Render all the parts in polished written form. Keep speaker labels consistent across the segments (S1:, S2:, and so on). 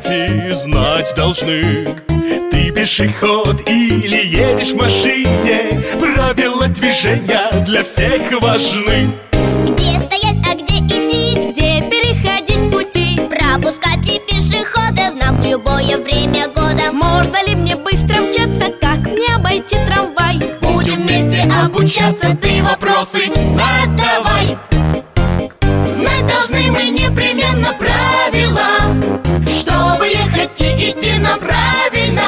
S1: дети знать должны. Ты пешеход или едешь в машине, правила движения для всех важны.
S2: Где стоять, а где идти, где переходить пути, пропускать ли пешеходов нам в любое время года.
S3: Можно ли мне быстро мчаться, как мне обойти трамвай?
S2: Будем вместе обучаться, ты вопросы задавай. Знать должны мы непременно правила, чтобы ехать и идти нам правильно.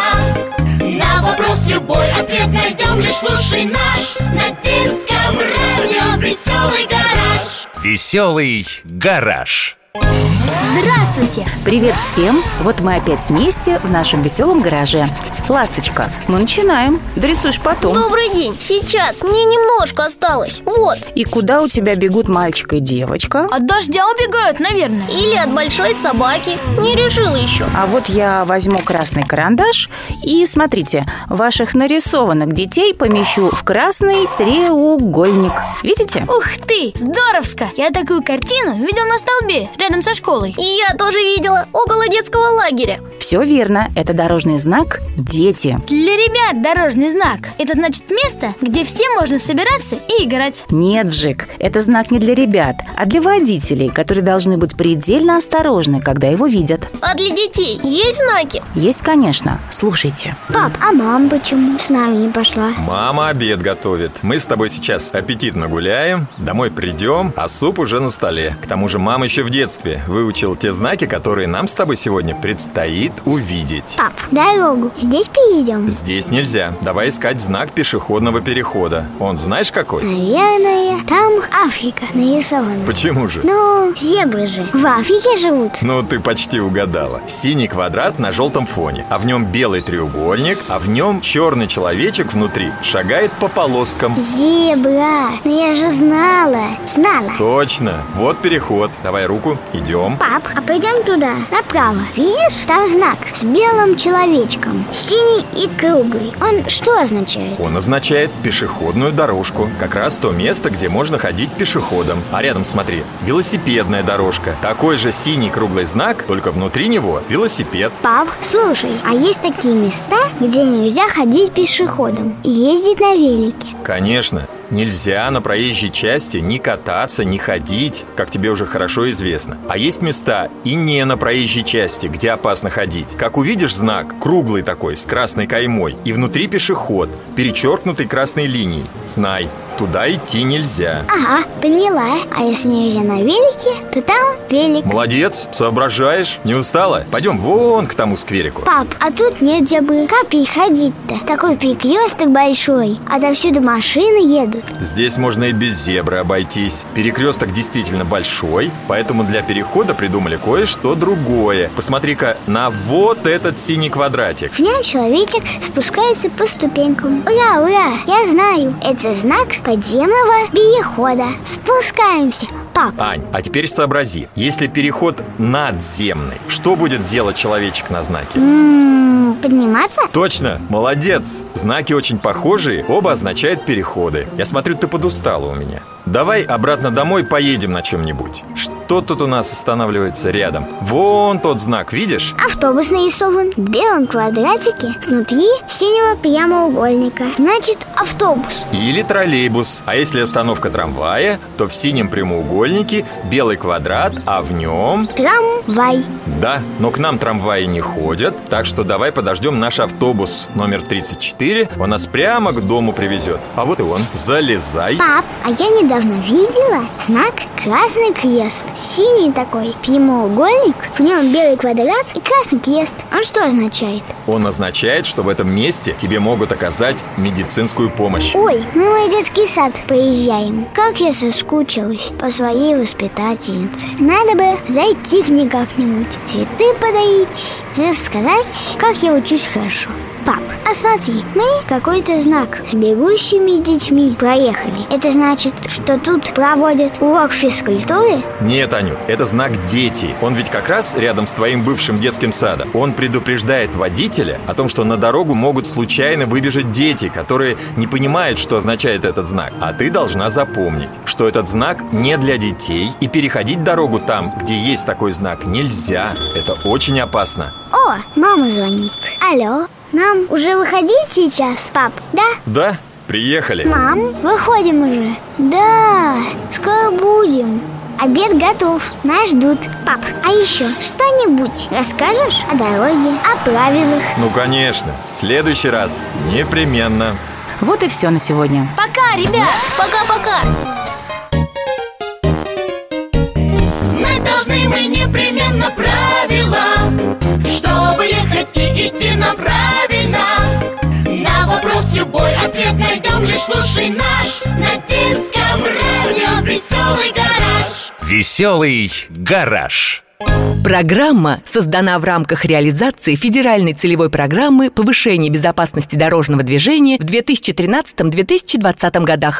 S2: На вопрос любой ответ найдем, лишь слушай наш на детском радио «Веселый гараж».
S4: Веселый гараж.
S5: Здравствуйте!
S6: Привет всем! Вот мы опять вместе в нашем веселом гараже. Ласточка, мы начинаем. Дорисуешь потом.
S5: Добрый день! Сейчас, мне немножко осталось. Вот.
S6: И куда у тебя бегут мальчик и девочка?
S3: От дождя убегают, наверное.
S5: Или от большой собаки. Не решила еще.
S6: А вот я возьму красный карандаш и, смотрите, ваших нарисованных детей помещу в красный треугольник. Видите?
S3: Ух ты! Здоровско! Я такую картину видел на столбе рядом со школой.
S5: И я тоже видела, около детского лагеря.
S6: Все верно, это дорожный знак «Дети».
S3: Для ребят дорожный знак. Это значит место, где все можно собираться и играть.
S6: Нет, Вжик, это знак не для ребят, а для водителей, которые должны быть предельно осторожны, когда его видят.
S5: А для детей есть знаки?
S6: Есть, конечно. Слушайте.
S2: Пап, а мама почему с нами не пошла?
S7: Мама обед готовит. Мы с тобой сейчас аппетитно гуляем, домой придем, а суп уже на столе. К тому же мама еще в детстве выучила те знаки, которые нам с тобой сегодня предстоит увидеть.
S2: Пап, дорогу здесь перейдем?
S7: Здесь нельзя. Давай искать знак пешеходного перехода. Он знаешь какой?
S2: Наверное, там Африка нарисована.
S7: Почему же?
S2: Ну, зебры же в Африке живут.
S7: Ну, ты почти угадала. Синий квадрат на желтом фоне, а в нем белый треугольник, а в нем черный человечек внутри шагает по полоскам.
S2: Зебра, ну я же знала.
S7: Точно, вот переход. Давай руку, идем.
S2: Пап, а пойдем туда, направо. Видишь, там знак с белым человечком, синий и круглый. Он что означает?
S7: Он означает пешеходную дорожку. Как раз то место, где можно ходить пешеходом. А рядом, смотри, велосипедная дорожка. Такой же синий круглый знак, только внутри него велосипед.
S2: Пап, слушай, а есть такие места, где нельзя ходить пешеходом и ездить на велике?
S7: Конечно. Нельзя на проезжей части ни кататься, ни ходить, как тебе уже хорошо известно. А есть места и не на проезжей части, где опасно ходить. Как увидишь знак, круглый такой, с красной каймой, и внутри пешеход, перечеркнутый красной линией, знай, туда идти нельзя.
S2: Ага, поняла. А если нельзя на велике, то там велик.
S7: Молодец, соображаешь. Не устала? Пойдем вон к тому скверику.
S2: Пап, а тут нет зебры. Как переходить-то? Такой перекресток большой, отовсюду машины едут.
S7: Здесь можно и без зебры обойтись. Перекресток действительно большой, поэтому для перехода придумали кое-что другое. Посмотри-ка на вот этот синий квадратик.
S2: В нем человечек спускается по ступенькам. Ура, ура, я знаю, это знак подземного перехода. Спускаемся. Пап,
S7: Ань, а теперь сообрази. Если переход надземный, что будет делать человечек на знаке?
S2: подниматься?
S7: Точно, молодец. Знаки очень похожие, оба означают переходы. Я смотрю, ты подустала у меня. Давай обратно домой поедем на чем-нибудь. Что тут у нас останавливается рядом? Вон тот знак, видишь?
S2: Автобус нарисован в белом квадратике внутри синего прямоугольника. Значит, автобус.
S7: Или троллейбус. А если остановка трамвая, то в синем прямоугольнике белый квадрат, а в нем...
S2: Трамвай.
S7: Да, но к нам трамваи не ходят, так что давай подождем наш автобус номер 34. Он нас прямо к дому привезет. А вот и он. Залезай.
S2: Пап, а я недавно видела знак «Красный крест». Синий такой прямоугольник, в нем белый квадрат и красный крест. Он что означает?
S7: Он означает, что в этом месте тебе могут оказать медицинскую помощь.
S2: Ой, мы в мой детский сад поезжаем. Как я соскучилась по своей воспитательнице. Надо бы зайти к ней как-нибудь, цветы подарить, рассказать, как я учусь хорошо.
S5: Пап, а смотри, мы какой-то знак с бегущими детьми проехали. Это значит, что тут проводят урок физкультуры?
S7: Нет, Анют, это знак «Дети». Он ведь как раз рядом с твоим бывшим детским садом. Он предупреждает водителя о том, что на дорогу могут случайно выбежать дети, которые не понимают, что означает этот знак. А ты должна запомнить, что этот знак не для детей, и переходить дорогу там, где есть такой знак, нельзя. Это очень опасно.
S5: О, мама звонит. Алло, нам уже выходить сейчас, пап, да?
S7: Да, приехали.
S5: Мам, выходим уже. Да, скоро будем. Обед готов, нас ждут. Пап, а еще что-нибудь расскажешь о дороге, о правилах?
S7: Ну, конечно, в следующий раз непременно.
S6: Вот и все на сегодня.
S3: Пока, ребят!
S5: Пока-пока.
S2: Знать должны мы непременно правила, чтобы ехать и идти нам правильно. На вопрос любой ответ найдем, лишь слушай наш на детском радио «Веселый гараж».
S4: Веселый гараж.
S8: Программа создана в рамках реализации федеральной целевой программы повышения безопасности дорожного движения в 2013-2020 годах.